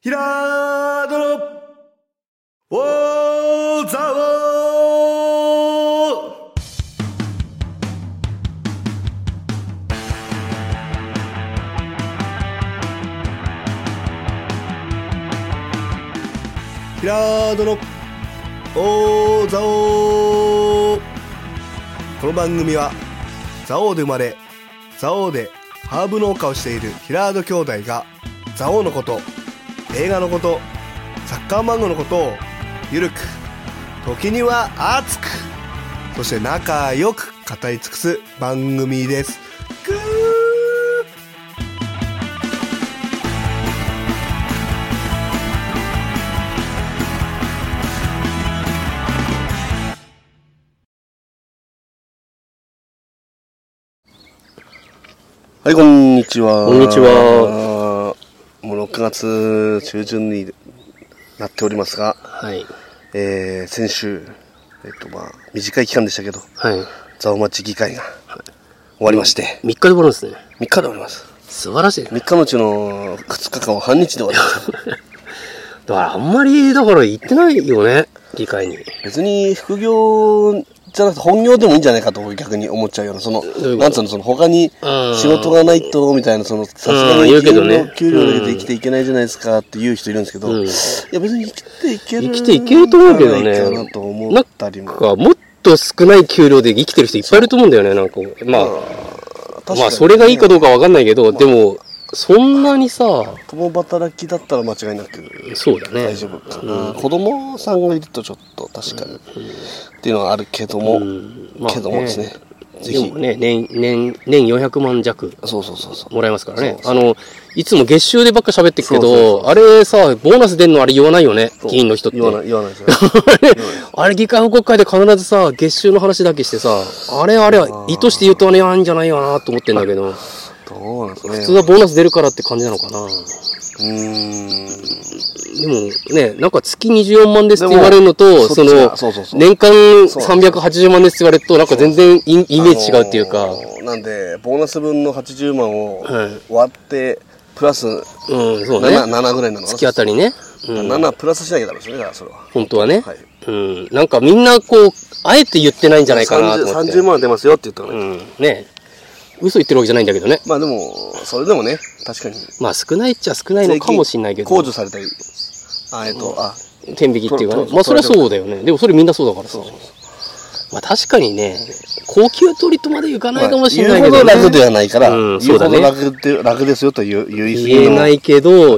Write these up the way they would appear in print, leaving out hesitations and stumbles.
平戸の大沢平戸の大沢。この番組は蔵王で生まれ蔵王でハーブ農家をしている平戸兄弟が蔵王のこと、映画のこと、サッカー漫画のことをゆるく、時には熱く、そして仲良く語り尽くす番組です。はい、こんにちは。 こんにちは。 もう6月中旬になっておりますが、 はい。 先週、短い期間でしたけど、 はい。 蔵王町議会が終わりまして、 3日で終わるんですね。 3日で終わります。 素晴らしい。 3日のうちの2日間は半日で終わりました。 だからあんまり、だから行ってないよね、議会に。 別に副業じゃなくて本業でもいいんじゃないかと逆に思っちゃうような、なんつうの、他に仕事がないとみたいな、さすがに給料だけで生きていけないじゃないですかっていう人いるんですけど、いや別に生きていけると思うけどね。 なと思ったりも。 もっと少ない給料で生きてる人いっぱいいると思うんだよね、なんか。まあそれがいいかどうかわかんないけど、でも、そんなにさ、 共働きだったら間違いなくそうだね、 大丈夫かな、子供さんがいるとちょっと確かに、っていうのはあるけども、けどもですね、ぜひでもね、年400万弱もらえますからね。いつも月収でばっか喋ってるけど、あれさ、ボーナス出んのあれ言わないよね、議員の人って。 言わないですよ。 あれ議会報告会で必ずさ、月収の話だけしてさ、あれ意図して言うとあれやんじゃないよなと思ってんだけど、 どうなんですね。 普通はボーナス出るからって感じなのかな。でもね、なんか月24万ですって言われるのと、年間380万ですって言われると、なんか全然イメージ違うっていうか。 なんで、ボーナス分の80万を割って、プラス7ぐらいなのかな。 月あたりね。 7プラスしなきゃダメですね、だからそれは。 本当はね。なんかみんなこう、あえて言ってないんじゃないかなと思って。 30万出ますよって言ったのね。嘘言ってるわけじゃないんだけどね。 まあでも、それでもね、確かに。 まあ少ないっちゃ少ないのかもしれないけど。 控除されたり、 天引きっていうかね。まあそれはそうだよね。でもそれみんなそうだからさ。まあ確かにね、高級取りとまでいかないかもしれないけどね。 言うほど楽ではないから、 そうだね。 楽ですよと言えないけど、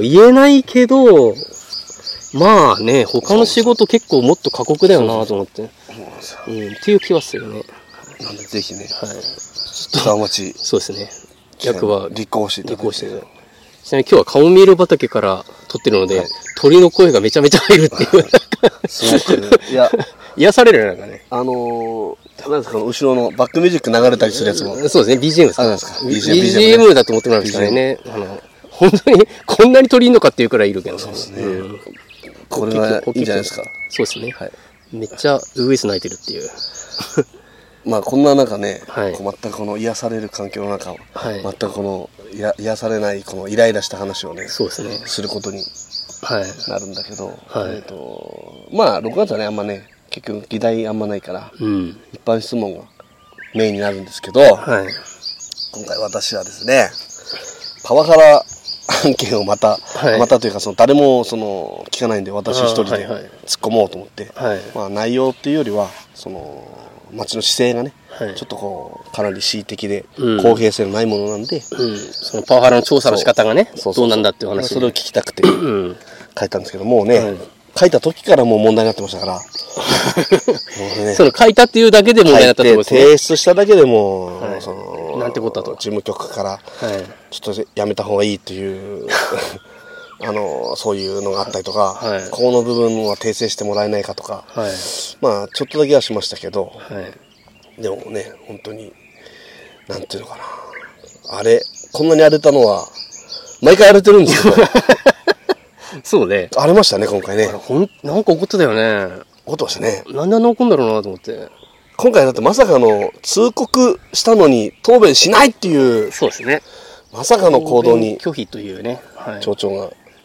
まあね、他の仕事結構もっと過酷だよなと思って。っていう気はするね。 なんでぜひね。 はい。 蔵王町。 そうですね。役は立候補していただいて。 ちなみに今日はカモミール畑から撮ってるので、鳥の声がめちゃめちゃ入るっていう。 すごく、 癒されるよなんかね。 なんですか、後ろのバックミュージック流れたりするやつも。 そうですね、BGM ですか。BGM だと思ってもらうんですからね。本当に、こんなに鳥いるのかっていうくらいいるけど。 そうですね。これはいいんじゃないですか。 そうですね。めっちゃウグイス鳴いてるっていう。 まあこんな中ね、 全くこの癒される環境の中、全くこの癒されないこのイライラした話をね、することになるんだけど、まあ6月はね、あんまね、結局議題あんまないから、一般質問がメインになるんですけど、今回私はですね、パワハラ案件をまたというか、誰も聞かないんで、私一人で突っ込もうと思って、まあ内容っていうよりは、町の姿勢がね、ちょっとこうかなり恣意的で公平性のないものなんで、 そのパワハラの調査の仕方がね、どうなんだっていう話、 それを聞きたくて書いたんですけど、もうね、書いた時からもう問題になってましたから、 その書いたっていうだけで問題になったってことですね。 提出しただけでもなんてことだと、 事務局からちょっとやめた方がいいっていうそういうのがあったりとか、ここの部分は訂正してもらえないかとか、まあちょっとだけはしましたけど、でもね、本当になんていうのかな、こんなに荒れたのは毎回荒れてるんですけどそうね、 荒れましたね今回ね。 なんか怒ってたよね。 怒ってましたね。 なんであんな怒るんだろうなと思って。 今回だってまさかの通告したのに答弁しないっていう、 そうですね、 まさかの行動に拒否というね、 町長が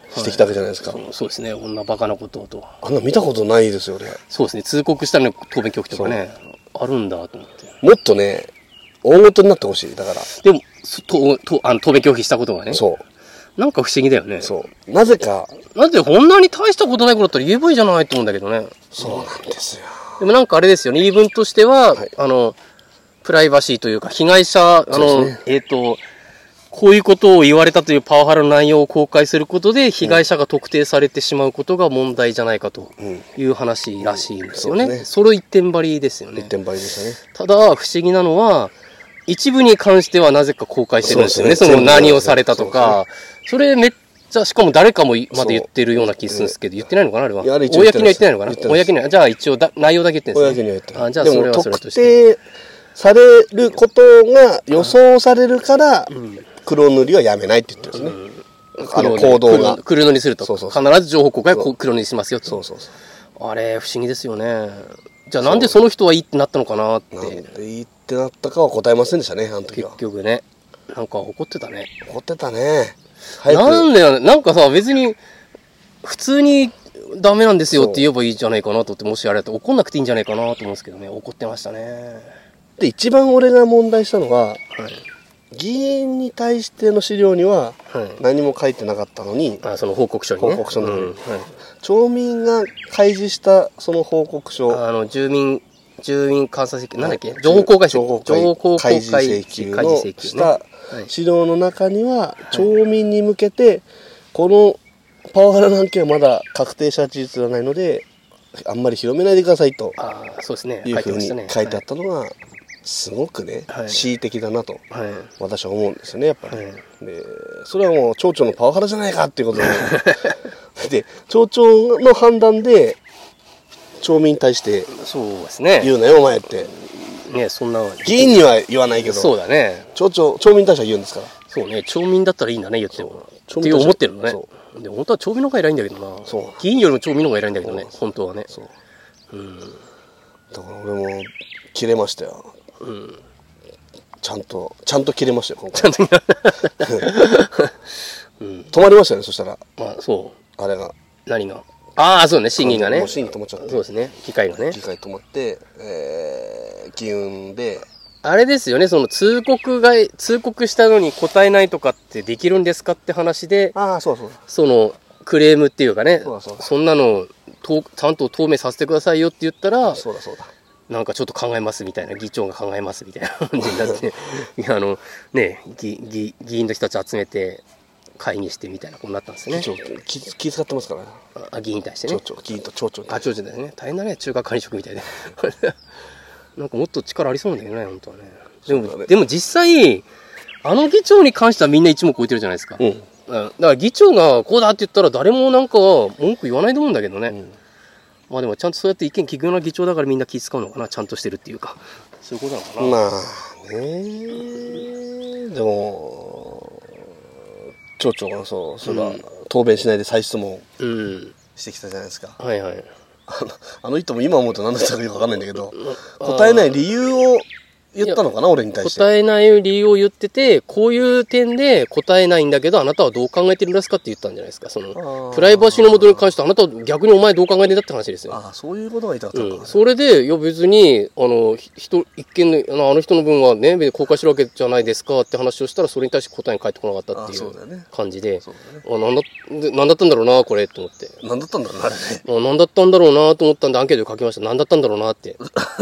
してきたわけじゃないですか。 そうですね。こんなバカなことと。 あんな見たことないですよね。 そうですね。通告したの答弁拒否とかね、あるんだと思って。 もっとね、大事になってほしい。だから。 でも、答弁拒否したことがね。そう。なんか不思議だよね。 そう。なぜか。 だってこんなに大したことないことだったら言えばいいじゃないと思うんだけどね。 そうなんですよ。 でもなんかあれですよね。言い分としては、プライバシーというか、被害者、こういうことを言われたというパワハラの内容を公開することで、被害者が特定されてしまうことが問題じゃないかという話らしいんですよね。それ一点張りですよね。 一点張りでしたね。 ただ、不思議なのは、一部に関してはなぜか公開してるんですよね。その何をされたとか。それめっちゃ、しかも誰かもまだ言ってるような気するんですけど、言ってないのかなあれは。公には言ってないのかな公には。じゃあ一応内容だけ言ってるんですね。公には言ってない。じゃあそれはそれとして。 特定されることが予想されるから、黒塗りはやめないって言ってるんですね。行動が。 黒塗りすると。必ず情報公開は黒塗りしますよと。あれ、不思議ですよね。じゃあなんでその人はいいってなったのかなって。なんでいいってなったかは答えませんでしたね、あの時は。 結局ね。なんか怒ってたね。 怒ってたね。 なんだよね。なんかさ、別に、普通にダメなんですよって言えばいいじゃないかなと思って、もしあれだと怒んなくていいんじゃないかなと思うんですけどね。怒ってましたね。 で、一番俺が問題したのは、議員に対しての資料には何も書いてなかったのに、 その報告書にね。 報告書の中に。町民が開示したその報告書。 住民監査請求、なんだっけ情報公開請求。情報公開請求のした資料の中には、町民に向けて、このパワハラの案件はまだ確定した事実がないので、あんまり広めないでくださいと。 そうですね。 いうふうに書いてあったのが、すごくね、恣意的だなと、私は思うんですよね、やっぱり。で、それはもう町長のパワハラじゃないかっていうことで、で、町長の判断で、町民に対して、 そうですね。 言うなよ、お前って。 ね、そんな。 議員には言わないけど、 そうだね。 町民に対しては言うんですから。 そうね、町民だったらいいんだね、言っても。って思ってるのね。で、本当は町民の方が偉いんだけどな。議員よりも町民の方が偉いんだけどね、本当はね。 だから俺も、切れましたよ。ちゃんと切れましたよ、今回。止まりましたね、そしたら。あれが。 何がそうね、審議がね。 もう審議止まっちゃって。 そうですね、議会がね。 議会止まって、議運で。 あれですよね、その通告したのに答えないとかってできるんですかって話で、そのクレームっていうかね、そんなのちゃんと透明させてくださいよって言ったら、なんかちょっと考えますみたいな、議長が考えますみたいな感じになって、議員の人たち集めて会議してみたいなことになったんですね。 議長気遣ってますからね。 議員に対してね。 議員と町長。 町長だよね。大変だね、中華管理職みたいで。なんかもっと力ありそうなんだけどね、本当はね。でも実際、あの議長に関してはみんな一目置いてるじゃないですか。だから議長がこうだって言ったら誰もなんか文句言わないと思うんだけどね。まあでもちゃんとそうやって意見聞くような議長だからみんな気使うのかな、ちゃんとしてるっていうか。そういうことなのかな。 まあね。でも、町長がそれは答弁しないで再質問してきたじゃないですか。あの人も今思うと何だったかよく分かんないんだけど、答えない理由を言ったのかな、俺に対して。 答えない理由を言ってて、こういう点で答えないんだけど、あなたはどう考えてるんですかって言ったんじゃないですか。そのプライバシーの元に関してあなたは逆にお前どう考えてんだって話ですよ。 そういうことが言いたかったのか。 それで、いや別に、一見の、あの人の分はね、別に公開してるわけじゃないですかって話をしたら、それに対して答えに返ってこなかったっていう感じで、何だったんだろうな、これ、と思って。 何だったんだろうな、あれね。 何だったんだろうなと思ったんで、アンケートで書きました。何だったんだろうなって。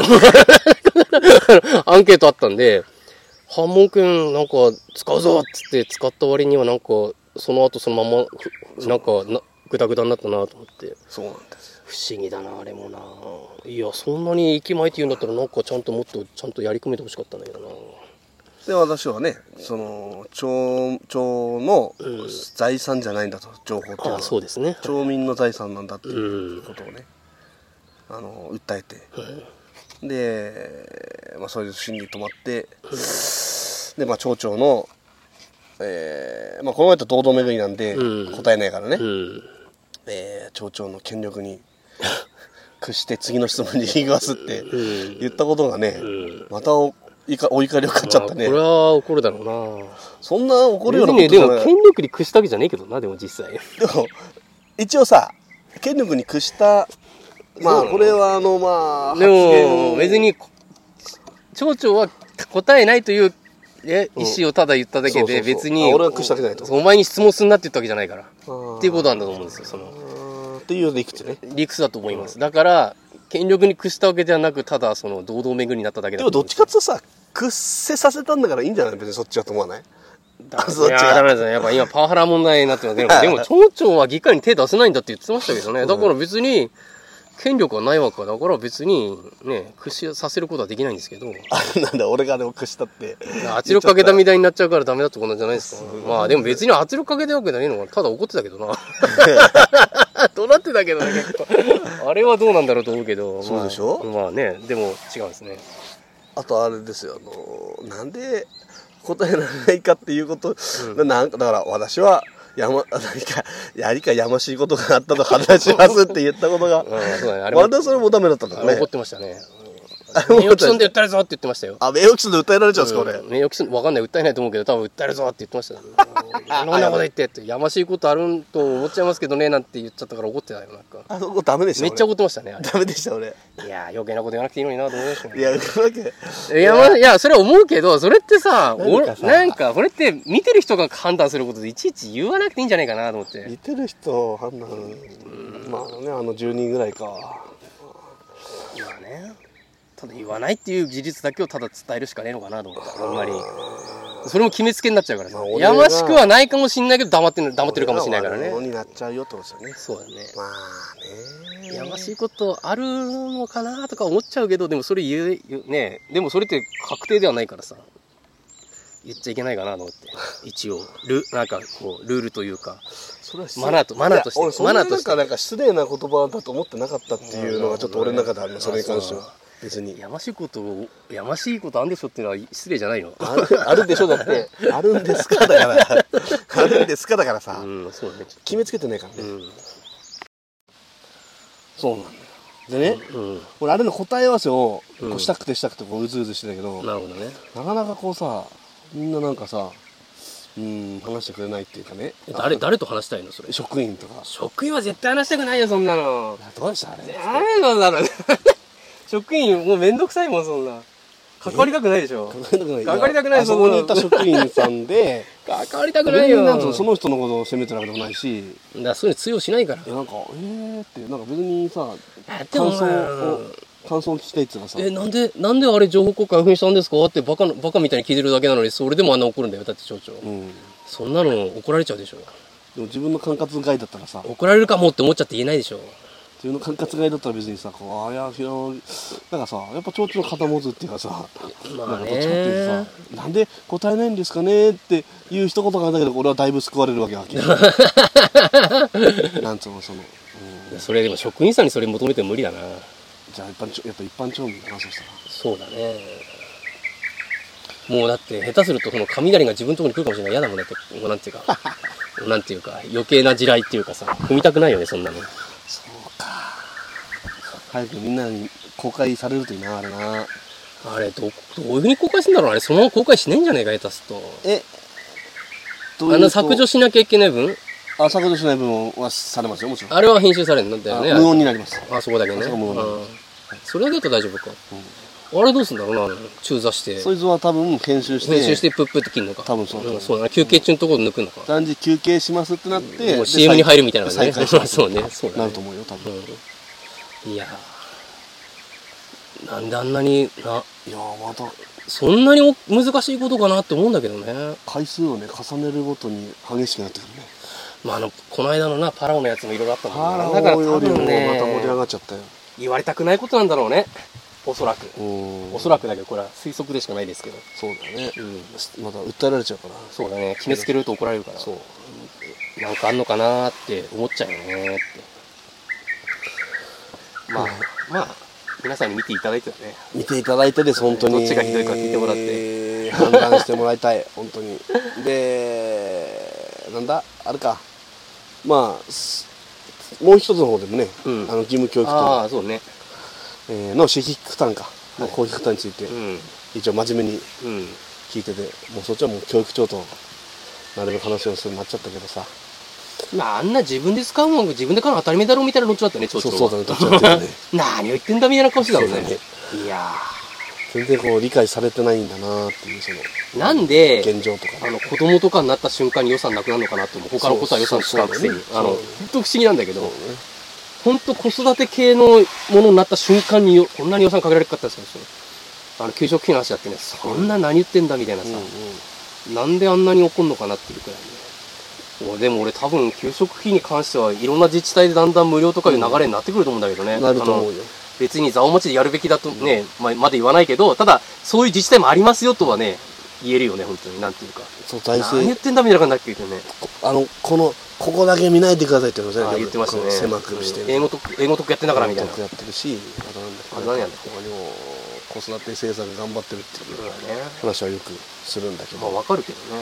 アンケートあったんで、反問権なんか使うぞっつって使った割にはなんか、その後そのまま、なんかグダグダになったなと思って。 そうなんです。 不思議だな、あれもな。いや、そんなに息巻いて言うんだったらなんかちゃんともっとちゃんとやり込めてほしかったんだけどな。 で、私はね、その、町の財産じゃないんだと、情報っていうのは。 そうですね。 町民の財産なんだっていうことをね、訴えて。で、そういう審理止まって、で、町長の、この前と堂々巡りなんで、答えないからね、町長の権力に屈して次の質問に言わすって言ったことがね、またお怒りを買っちゃったね。 これは怒るだろうな。 そんな怒るようなことじゃない。でも権力に屈したわけじゃねえけどな、でも実際。でも一応さ、権力に屈した、まあこれはまあでも別に町長は答えないという意思をただ言っただけで、別に俺は屈したわけじゃないと。 お前に質問すんなって言ったわけじゃないからっていうことなんだと思うんですよ。そのっていう理屈ね。 理屈だと思います。だから権力に屈したわけではなく、ただその堂々巡りになっただけだと思うんですよ。 でもどっちかっていうとさ、屈せさせたんだからいいんじゃない？別にそっちはと思わない？ いやダメですね。やっぱ今パワハラ問題になってます。でも町長は議会に手出せないんだって言ってましたけどね。だから別に権力はないわけだから別にね、屈させることはできないんですけど。 なんだ俺がでも屈したって圧力かけたみたいになっちゃうからダメだってことじゃないですか。まあでも別に圧力かけたわけじゃないのかな。ただ怒ってたけどな。怒鳴ってたけどね、結構。あれはどうなんだろうと思うけど。 そうでしょ？ まあね、でも違うんですね。 あとあれですよ、なんで答えられないかっていうこと、なんかだから私は何かやましいことがあったと話しますって言ったことが、まだそれもダメだったんだね。 怒ってましたね。名誉毀損で訴えるぞって言ってましたよ。 名誉毀損で訴えられちゃうんですか、俺。 名誉毀損、わかんない、訴えないと思うけど、多分訴えるぞって言ってましたよ。いろんなこと言ってって、やましいことあると思っちゃいますけどね、なんて言っちゃったから怒ってたよ、なんか。 あそこダメでした。 めっちゃ怒ってましたね。 ダメでした、俺。 いや、余計なこと言わなくていいのになと思いましたね。 いや、 いや、それは思うけど、それってさ、なんか、それって見てる人が判断することでいちいち言わなくていいんじゃないかなと思って。 見てる人判断、まあね、10人ぐらいか。 まあね。ただ言わないっていう事実だけをただ伝えるしかねえのかなと思った。あんまり。それも決めつけになっちゃうからさ。やましくはないかもしんないけど黙ってるかもしれないからね。 になっちゃうよってことですよね。 そうだね。 まあね。 やましいことあるのかなとか思っちゃうけど、でもそれね、でもそれって確定ではないからさ。言っちゃいけないかなと思って。一応。なんかこう、ルールというか。マナーとして。 マナーとして。なんか失礼な言葉だと思ってなかったっていうのがちょっと俺の中であるの、それに関しては。別にやましいことあるんでしょっていうのは失礼じゃないの？ あるでしょだって、あるんですかだからあるんですかだからさ、 そうね、 決めつけてないからね、そうなんだよ。でね、俺あれの答え合わせをこうしたくてこううずうずしてたけど、 なるほどね。 なかなかこうさ、みんななんかさ、話してくれないっていうかね。 誰と話したいのそれ？ 職員とか。 職員は絶対話したくないよ、そんなの。 どうでしたあれ？ ダメなんだろう。職員もうめんどくさいもん、そんな。関わりたくないでしょ。関わりたくない。 そこにいた職員さんで関わりたくないよ。 その人のことを責めてるわけでもないし、 だからそういうの通用しないから。 なんかってなんか別にさ、感想していつがさ、 なんであれ情報公開封印したんですかってバカみたいに聞いてるだけなのに、それでもあんな怒るんだよ、だって町長。そんなの怒られちゃうでしょ。 でも自分の管轄外だったらさ、 怒られるかもって思っちゃって言えないでしょ。 自分の管轄外だったら別にさ、こうなんかさ、やっぱ町長の肩持つっていうかさ、 まあね、 どっちかっていうとさ、なんで答えないんですかねっていう一言があるんだけど、俺はだいぶ救われるわけよ。なんつうのそれでも職員さんにそれ求めても無理だな。 じゃあやっぱ一般町民だな、そしたら。 そうだね。もうだって下手するとその雷が自分のところに来るかもしれない。嫌だもんだって、なんていうか余計な地雷っていうかさ、踏みたくないよね、そんなの。 そうか。早くみんなに公開されるといいな、あれな。 あれどういう風に公開するんだろう。あれそのまま公開しないんじゃないか、下手すと。削除しなきゃいけない分。 削除しない分はされますよ、もちろん。 あれは編集されるんだよね。 無音になります。 そこだけね。それだけだと大丈夫か。あれどうすんだろうな、中座して。 そいつは多分編集してプップって切るのか。 多分そう。 そうだな、休憩中のところ抜くのか。 単時休憩しますってなって、 もう CM に入るみたいなね。 そうね。なると思うよ、多分。 いやなんであんなにまたそんなに難しいことかなって思うんだけどね。 回数をね重ねるごとに激しくなってくるね。 まあこの間のパラオのやつもいろいろあったもんね。 だから多分ね、また盛り上がっちゃったよ。 言われたくないことなんだろうね、おそらくだけど、これは推測でしかないですけど。 そうだね、また訴えられちゃうから。 そうだね、決めつけると怒られるから。なんかあんのかなって思っちゃうよねって。まあ皆さんに見ていただいてね。見ていただいてです、本当に。どっちがひどいか聞いてもらって。判断してもらいたい、本当に。で、あれか。まあ、もう一つの方でもね、義務教育と。そうね。の私費負担か。 の講義方について、一応真面目に聞いてて、もうそっちはもう教育長となるべく話をするようになっちゃったけどさ。 まあ、あんな自分で使うもん自分で買うの当たり前だろうみたいなノッチだったね、町長は。 そうだね、どっちだったよね。 何を言ってんだみたいな顔してたもんね。いや全然こう理解されてないんだなっていう、そのなんで現状とか、 子供とかになった瞬間に予算なくなるのかなって思う。他のことは予算使うくせに。本当不思議なんだけど、本当子育て系のものになった瞬間にこんなに予算かけられるかったですよ。給食費の話だってね、そんな何言ってんだみたいなさ、なんであんなに怒んのかなっていうくらいね。でも俺多分給食費に関してはいろんな自治体でだんだん無料とかいう流れになってくると思うんだけどね。 なると思うよ。 別に蔵王町でやるべきだとね、まで言わないけど、ただそういう自治体もありますよとはね、言えるよね、本当に。なんていうか。 そう、財政。 何言ってんだみたいな感じになってくるよね。 ここだけ見ないでくださいって言ってましたね。 言ってましたね。 狭くして。 英語特やってんだからみたいな。 英語特やってるし、あとなんだっけ。 何やんだっけ。 他にも子育て政策頑張ってるっていう話はよくするんだけど。 まあわかるけどね。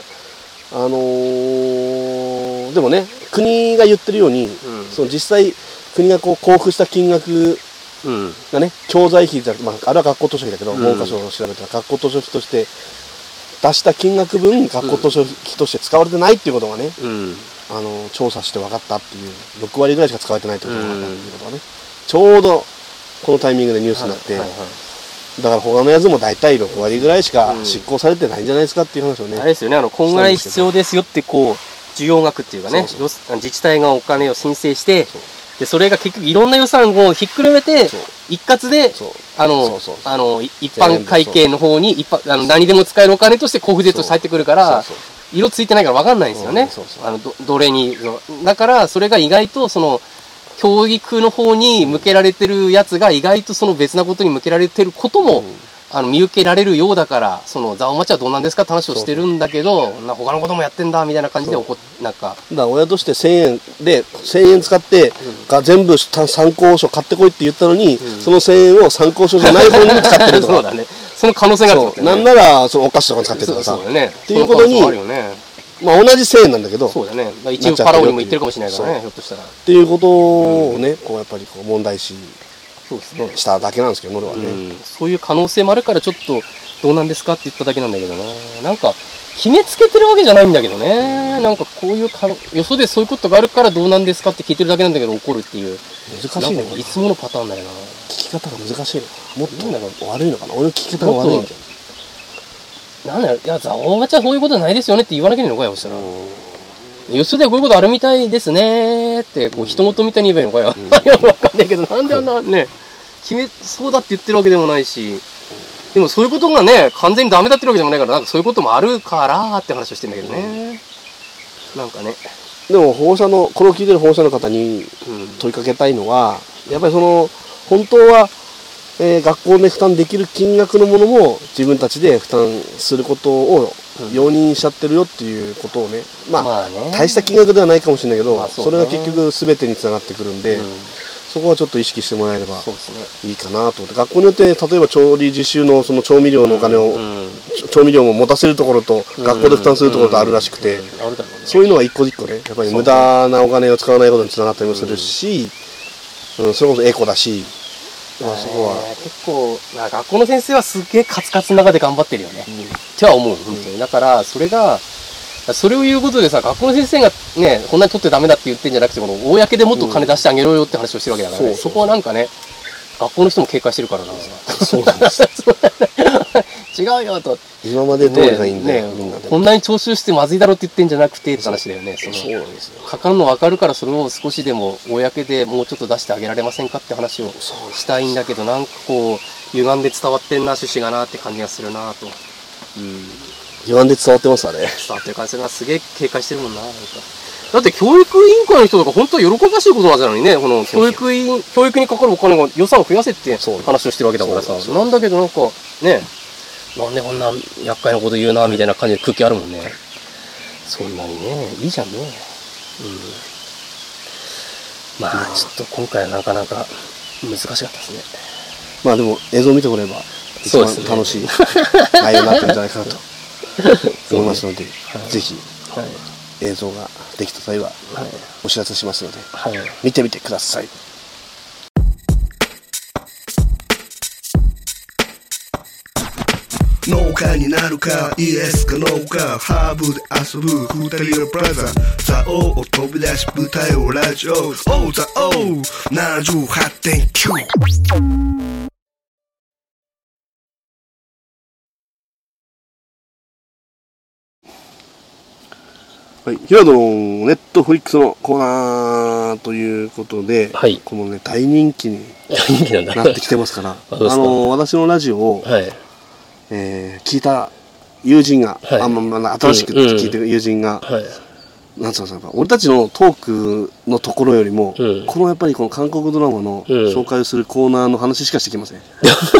でもね、国が言ってるように、その実際国がこう交付した金額がね、教材費じゃなくて、あれは学校図書費だけど、文科省を調べたら学校図書費として出した金額分、学校図書費として使われてないっていうことがね、調査して分かったっていう、6割ぐらいしか使われてないってことが分かったっていうことがね、ちょうどこのタイミングでニュースになって、だから他のやつも大体6割ぐらいしか執行されてないんじゃないですかっていう話をね。 あれですよね、こんぐらい必要ですよってこう、需要額っていうかね、自治体がお金を申請して、で、それが結局いろんな予算をひっくるめて、一括で、一般会計の方に、何でも使えるお金として交付税として入ってくるから、色ついてないから分かんないんですよね。どれに。だから、それが意外と、教育の方に向けられてるやつが意外とその別なことに向けられてることも、見受けられるようだから、蔵王町はどうなんですかって話をしてるんだけど、他のこともやってんだみたいな感じでなんか。 だから親として1000円で、1000円使って、全部参考書買ってこいって言ったのに、その1000円を参考書じゃない方に使ってるとか。 そうだね。その可能性があるってことね。 なんなら、お菓子とかに使ってるとかさ。っていうことに、まあ同じ1000円なんだけど。 そうだね。一応パラオにも行ってるかもしれないからね、ひょっとしたら。 っていうことをね、こうやっぱり問題視しただけなんですけど、俺はね。 そういう可能性もあるからちょっとどうなんですかって言っただけなんだけどな。なんか、決めつけてるわけじゃないんだけどね。なんかこういうよそでそういうことがあるからどうなんですかって聞いてるだけなんだけど怒るっていう。 難しいね。 いつものパターンだよな。 聞き方が難しいの。もっと悪いのかな。俺の聞き方が悪いんだよ。 なんだよ、いや、蔵王町はそういうことないですよねって言わなきゃいけないのかよ、そしたら。よそでこういうことあるみたいですねーって、こう、人事みたいに言えばいいのかよ。いや、わかんないけど、なんであんなね、そうだって言ってるわけでもないし、でもそういうことがね、完全にダメだってるわけでもないから、なんかそういうこともあるからって話をしてんだけどね。なんかね。 でも、これを聞いてる保護者の方に問いかけたいのは、やっぱり本当は、学校で負担できる金額のものも自分たちで負担することを容認しちゃってるよっていうことをね、まあ大した金額ではないかもしれないけど、それが結局全てにつながってくるんで、そこはちょっと意識してもらえればいいかなと思って、学校によって例えば調理実習のその調味料のお金を、調味料も持たせるところと学校で負担するところとあるらしくて、そういうのは一個一個ね、やっぱり無駄なお金を使わないことにつながったりもするし、それこそエコだし、そこは結構、学校の先生はすげえカツカツの中で頑張ってるよね。っては思う、本当に。だから、それを言うことでさ、学校の先生がね、こんなに取ってダメだって言ってんじゃなくて、この、公でもっと金出してあげろよって話をしてるわけだからね。そこはなんかね、学校の人も警戒してるからな。 そうなんです。 違うよと。 今まで通りがいいんだよ、みんなで。 こんなに徴収してまずいだろって言ってんじゃなくてって話だよね。 そうなんですよ。 かかるの分かるからそれを少しでも公でもうちょっと出してあげられませんかって話をしたいんだけど、なんかこう、歪んで伝わってんな、趣旨がなって感じがするなと。 歪んで伝わってますあれ。 伝わってる感じするな。すげえ警戒してるもんな。だって教育委員会の人とか本当は喜ばしいことなんじゃないのにね、この教育にかかるお金が予算を増やせって話をしてるわけだからさ。なんだけどなんか、ね、なんでこんな厄介なこと言うなみたいな感じで空気あるもんね。そんなにね、いいじゃんね。まあちょっと今回はなかなか難しかったですね。 まあでも映像を見てくれば一番楽しい内容になってるんじゃないかなと思いますので、ぜひ映像ができた際はお知らせしますので、見てみてください。 かになるかイエスかノーかハーブで遊ぶ二人のブラザーザオを飛び出し舞台をラジオオーザオー 78.9はい、平野のネットフリックスのコーナーということで、はい、このね大人気になってきてますから私のラジオを、はい聞いた友人が、はい、新しく聞いてる友人が、はい、なんつうのか俺たちのトークのところよりも、このやっぱりこの韓国ドラマの紹介をするコーナーの話しかしてきません。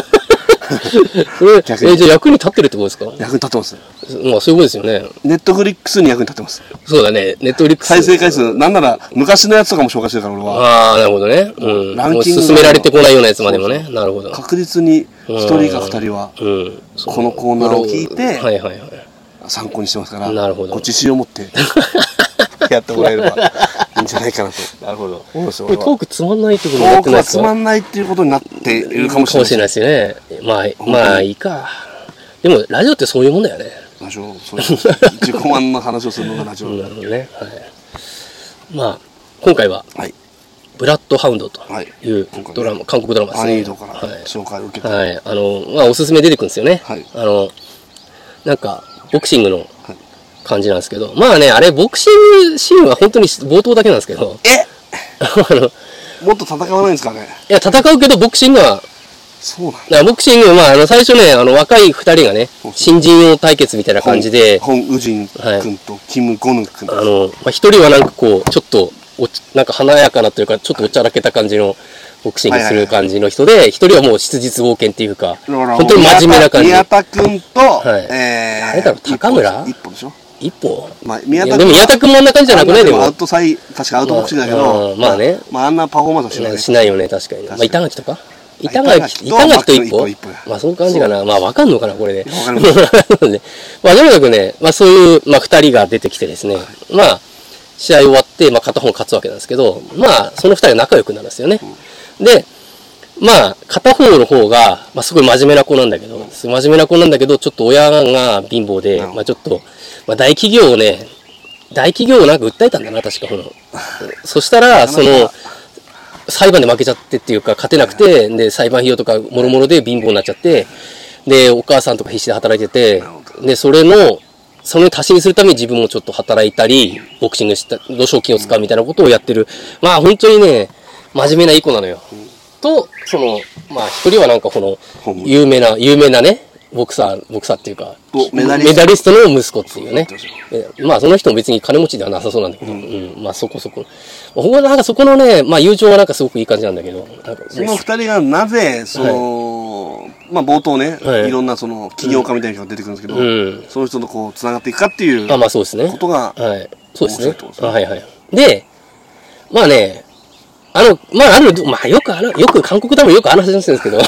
じゃあ役に立ってるってことですか？ 役に立ってます。 まあそういうことですよね。 ネットフリックスに役に立ってます。 そうだね。ネットフリックス再生回数なんなら昔のやつとかも紹介してるから俺は。 ああなるほどね。うん。ランキング進められてこないようなやつまでもね。なるほど。 確実に一人か二人はこのコーナーを聞いて参考にしてますから。なるほど。ご自信を持ってやってもらえればいいんじゃないかなと。 なるほど。これトークつまんないってことになってないですか？トークはつまんないっていうことになっているかもしれないですよね。まあいいか。でもラジオってそういうもんだよね。 ラジオそういう自己満の話をするのがラジオ。 なるほどね。はい。まあ今回はブラッドハウンドというドラマ、韓国ドラマですね。 アニードから紹介を受けて、 はい。まあおすすめ出てくるんですよね。はい。なんかボクシングの感じなんですけど、まあね、あれ、ボクシングシーンは本当に冒頭だけなんですけど。 もっと戦わないんですかね？ いや、戦うけど、ボクシングは、 そうなんだ。 ボクシング、まあ、最初ね、若い二人がね、新人王対決みたいな感じで、 ホン・ウジン君とキム・ゴヌ君。 一人はなんかこう、ちょっと、なんか華やかなというか、ちょっとおちゃらけた感じの、ボクシングする感じの人で、一人はもう質実剛健っていうか、本当に真面目な感じ。 宮田君と、 誰だろう、高村？ 一歩でしょ？ 一歩？ まあ、宮田君もあんな感じじゃなくない？でも。 確かアウトボクシングだけど、 まあね。 まあ、あんなパフォーマンスはしない。 しないよね、確かに。まあ、板垣とか板垣と一歩？まあ、そういう感じかな。まあ、わかんのかな、これで。わかります。まあ、とにかくね、まあ、そういう、まあ、二人が出てきてですね、まあ、試合終わって、まあ、片方勝つわけなんですけど、まあ、その二人が仲良くなるんですよね。で、まあ、片方の方が、まあ、すごい真面目な子なんだけど、真面目な子なんだけど、ちょっと親が貧乏で、まあ、ちょっと、まあ、大企業をなんか訴えたんだな、確か。そしたら、裁判で負けちゃってっていうか、勝てなくて、で、裁判費用とかもろもろで貧乏になっちゃって、で、お母さんとか必死で働いてて、で、それの足しにするために自分もちょっと働いたり、ボクシングの賞金を使うみたいなことをやってる。まあ、本当にね、真面目ないい子なのよ。と、まあ、一人はなんか有名なね、ボクサーっていうか、メダリストの息子っていうね。まあ、その人も別に金持ちではなさそうなんだけど、まあ、そこそこ。なんかそこのね、まあ、友情はなんかすごくいい感じなんだけど。 その二人がなぜ、まあ、冒頭ね、いろんな起業家みたいな人が出てくるんですけど、その人とこう、繋がっていくかっていう、 まあ、そうですね。 ことが、 そうですね。はいはい。で、まあね、まあ、よく韓国でもよく話すんですけど、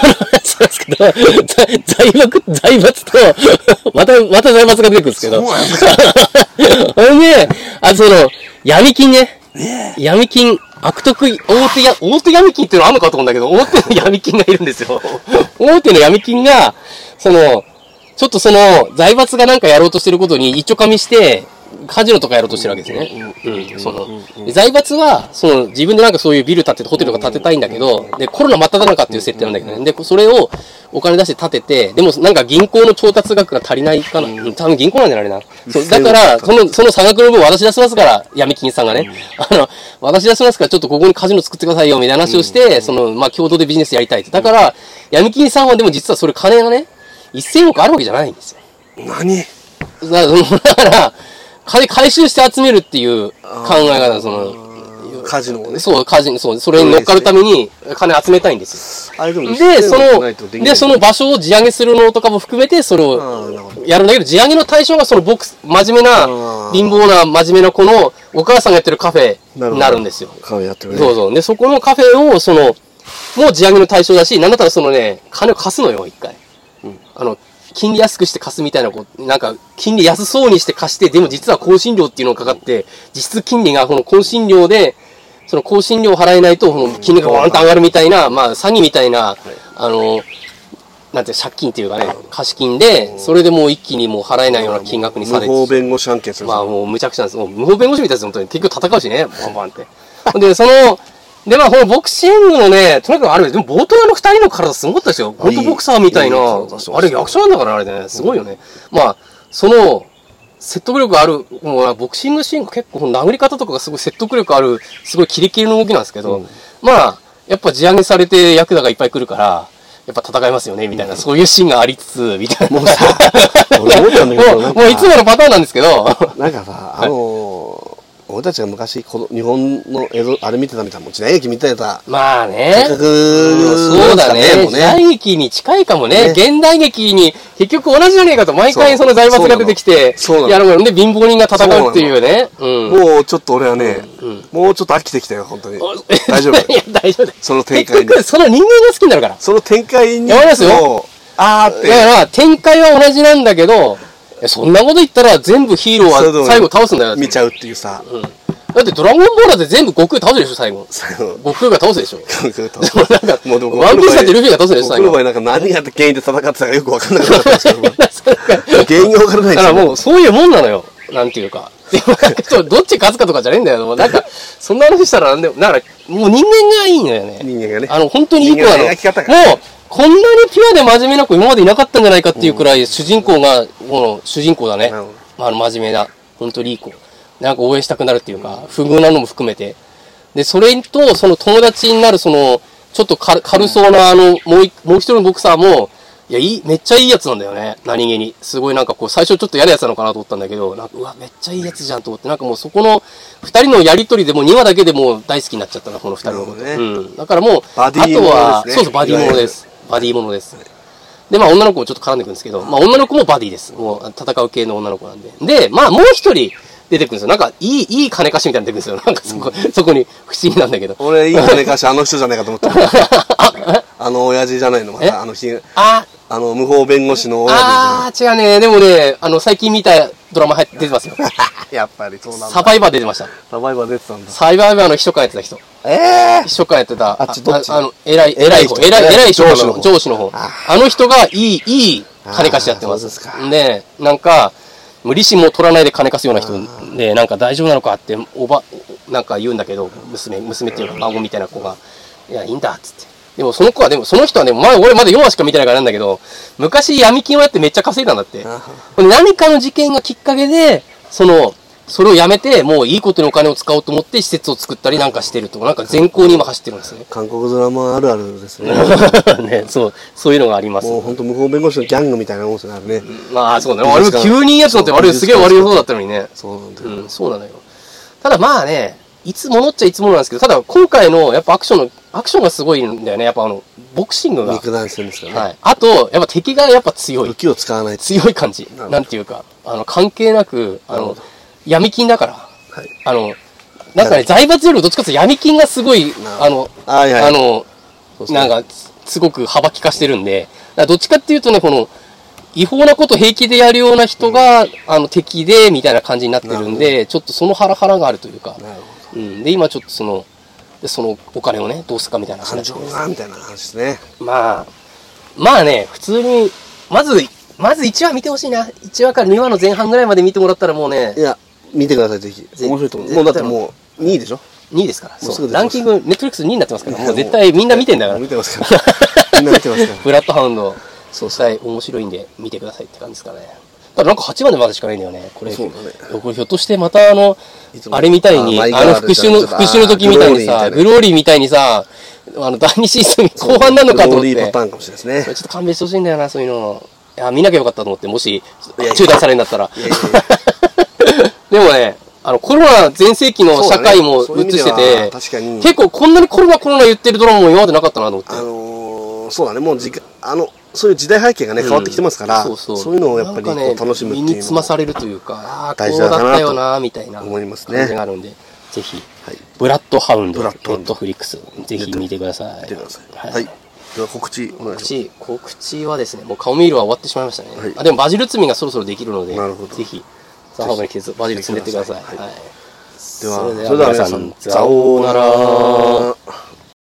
財閥と、また財閥が出てくるんですけど、それで、闇金ね、闇金、悪徳、大手闇金っていうのあるのかと思うんだけど、大手の闇金がいるんですよ。大手の闇金が、ちょっと財閥がなんかやろうとしてることに一丁噛みして、カジノとかやろうとしてるわけですね。財閥は、自分でなんかそういうビル建てて、ホテルとか建てたいんだけど、で、コロナ真っ只中っていう設定なんだけどね。で、それをお金出して建てて、でもなんか銀行の調達額が足りないかな。多分銀行なんじゃないな。そう、だから、その差額の分私出しますから、闇金さんがね。私出しますから、ちょっとここにカジノ作ってくださいよ、みたいな話をして、まあ、共同でビジネスやりたいって。だから、闇金さんはでも実はそれ金がね、1000億あるわけじゃないんですよ。 何？ だから、金回収して集めるっていう考え方、 カジノをね。 そう、それに乗っかるために金集めたいんですよ。で、その場所を地上げするのとかも含めて、それをやるんだけど、地上げの対象が真面目な、貧乏な真面目な子のお母さんがやってるカフェになるんですよ。 カフェやってるね。 そう。で、そこのカフェを、もう地上げの対象だし、なんだったら金を貸すのよ、一回。金利安くして貸すみたいななんか、金利安そうにして貸して、でも実は更新料っていうのがかかって、実質金利が更新料で、更新料を払えないと、金利がワーンと上がるみたいな、まあ、詐欺みたいな、 なんて借金っていうかね、貸金で、それでもう一気にもう払えないような金額にされて。 無法弁護士案件する。 まあもうむちゃくちゃなんです。もう無法弁護士みたいです、本当に。結局戦うしね、バンバンって。で、で、まあ、このボクシングのね、とにかくあれ、でも冒頭の二人の体すごかったですよ。本当ボクサーみたいな。あれ役者なんだからあれね、すごいよね。まあ、説得力ある、もうボクシングシーンが結構殴り方とかがすごい説得力ある、すごいキレキレの動きなんですけど、まあ、やっぱ地上げされてヤクザがいっぱい来るから、やっぱ戦いますよね、みたいな、そういうシーンがありつつ、みたいな。もうさ、もういつものパターンなんですけど。 なんかさ、俺たちが昔、日本の映像、あれ見てたみたいな、時代劇見てた。 まあね。そうだね。時代劇に近いかもね。現代劇に、結局同じじゃねえかと、毎回その財閥が出てきて、やるので、貧乏人が戦うっていうね。 もうちょっと俺はね、もうちょっと飽きてきたよ、本当に。大丈夫。 いや、大丈夫。 その展開に。 結局、その人間が好きになるから。 その展開に。 やばいますよ。 あーって。 だから、展開は同じなんだけど、そんなこと言ったら全部ヒーローは最後倒すんだよ。 見ちゃうっていうさ。 だってドラゴンボールで全部悟空倒すでしょ、最後。悟空が倒すでしょ。 悟空倒す。なんか、 もうワンピースだってルフィが倒すでしょ、 最後。僕の場合なんか何が原因で戦ってたかよくわかんなかったんですけど。原因がわからないですよ。 だからもうそういうもんなのよ。なんていうか。でもなんかどっち勝つかとかじゃねえんだよ。なんか、そんな話したらなんでも、だからもう人間がいいのよね。 人間がね。 本当にいい子なの。もう、こんなにピュアで真面目な子今までいなかったんじゃないかっていうくらい、主人公が、主人公だね。真面目な。本当にいい子。なんか応援したくなるっていうか、不遇なのも含めて。で、それと、その友達になる、ちょっと軽そうな、もう一人のボクサーも、いや、めっちゃいいやつなんだよね。何気に。すごいなんか最初ちょっと嫌なやつなのかなと思ったんだけど、なんか、うわ、めっちゃいいやつじゃんと思って、なんかもうそこの、二人のやりとりでも2話だけでもう大好きになっちゃったな、この二人のこと。だからもう、あとは、そうそう、バディものです。バディものです。で、まあ女の子もちょっと絡んでくるんですけど、まあ女の子もバディです。もう戦う系の女の子なんで。で、まあもう一人、出てくるんですよ。なんか、いい金貸しみたいに出てくるんですよ。なんかそこに不思議なんだけど。 俺、いい金貸し、あの人じゃないかと思ってあの親父じゃないの、また、無法弁護士の親父じゃない。違うね。でもね、最近見たドラマ出てますよ。 やっぱりそうなんだ。 サバイバー出てました。 サバイバー出てたんだ。 サバイバーの秘書官やってた人。秘書官やってた。 どっち偉い上司の方。あの人がいい金貸しやってます。で、なんか、利子も取らないで金貸すような人で、なんか大丈夫なのかって、なんか言うんだけど、娘っていうか、孫みたいな子が、いや、いいんだ、っつって。でもその人はね、俺まだ4話しか見てないからなんだけど、昔闇金をやってめっちゃ稼いだんだって。何かの事件がきっかけで、それをやめて、もういいことにお金を使おうと思って施設を作ったりなんかしてると、なんか全校に今走ってるんですね。 韓国ドラマあるあるですね。 ね、そういうのがあります。 もう本当無法弁護士のギャングみたいなもんですよね。 まあそうだね。あれも9人やつのってすげえ悪い方だったのにね。 そうなんだよ。 そうなのよ。ただまあね、いつものっちゃいつものなんですけど、ただ今回のやっぱアクションがすごいんだよね。やっぱボクシングが。 肉弾戦ですからね。 はい。あと、やっぱ敵がやっぱ強い。 武器を使わない。 強い感じ。なんていうか、関係なく、闇金だから。なんかね、財閥よりもどっちかというと闇金がすごい、なんか、すごく幅利かしてるんで、どっちかっていうとね、違法なこと平気でやるような人が、敵で、みたいな感じになってるんで、ちょっとそのハラハラがあるというか、で、今ちょっとそのお金をね、どうすかみたいな話。 感情が、みたいな話ですね。 まあね、普通に、まず1話見てほしいな。1話から2話の前半ぐらいまで見てもらったらもうね。 いや、見てください、ぜひ。面白いと思う。もうだってもう、2位でしょ ?2 位ですから。そう。ランキング、ネットフリックス2位になってますから。もう絶対みんな見てんだから。 見てますから。みんな見てますから。 ブラッドハウンド、面白いんで見てくださいって感じですかね。ただなんか8話でまでしかないんだよね。これひょっとしてまたあれみたいに、復讐の時みたいにさ、グローリーみたいにさ、第2シーズン後半なのかと思って。 グローリーパターンかもしれないですね。 ちょっと勘弁してほしいんだよな、そういうの。いや、見なきゃよかったと思って、もし、中断されるんだったら。でもね、コロナ全盛期の社会も映してて、結構こんなにコロナ言ってるドラマも今までなかったなと思って。 そうだね、もうそういう時代背景がね、変わってきてますから、そういうのをやっぱり楽しむっていうの。 身につまされるというか、こうだったよな、みたいな思いますね。 感じがあるんで、ぜひ、ブラッドハウンド、ネットフリックス、ぜひ見てください。 はい。では告知お願いします。 告知はですね、もう顔見るは終わってしまいましたね。でもバジル摘みがそろそろできるので、ぜひ、ザハバにバジル摘んでってください。 では、それでは皆さん、さようなら。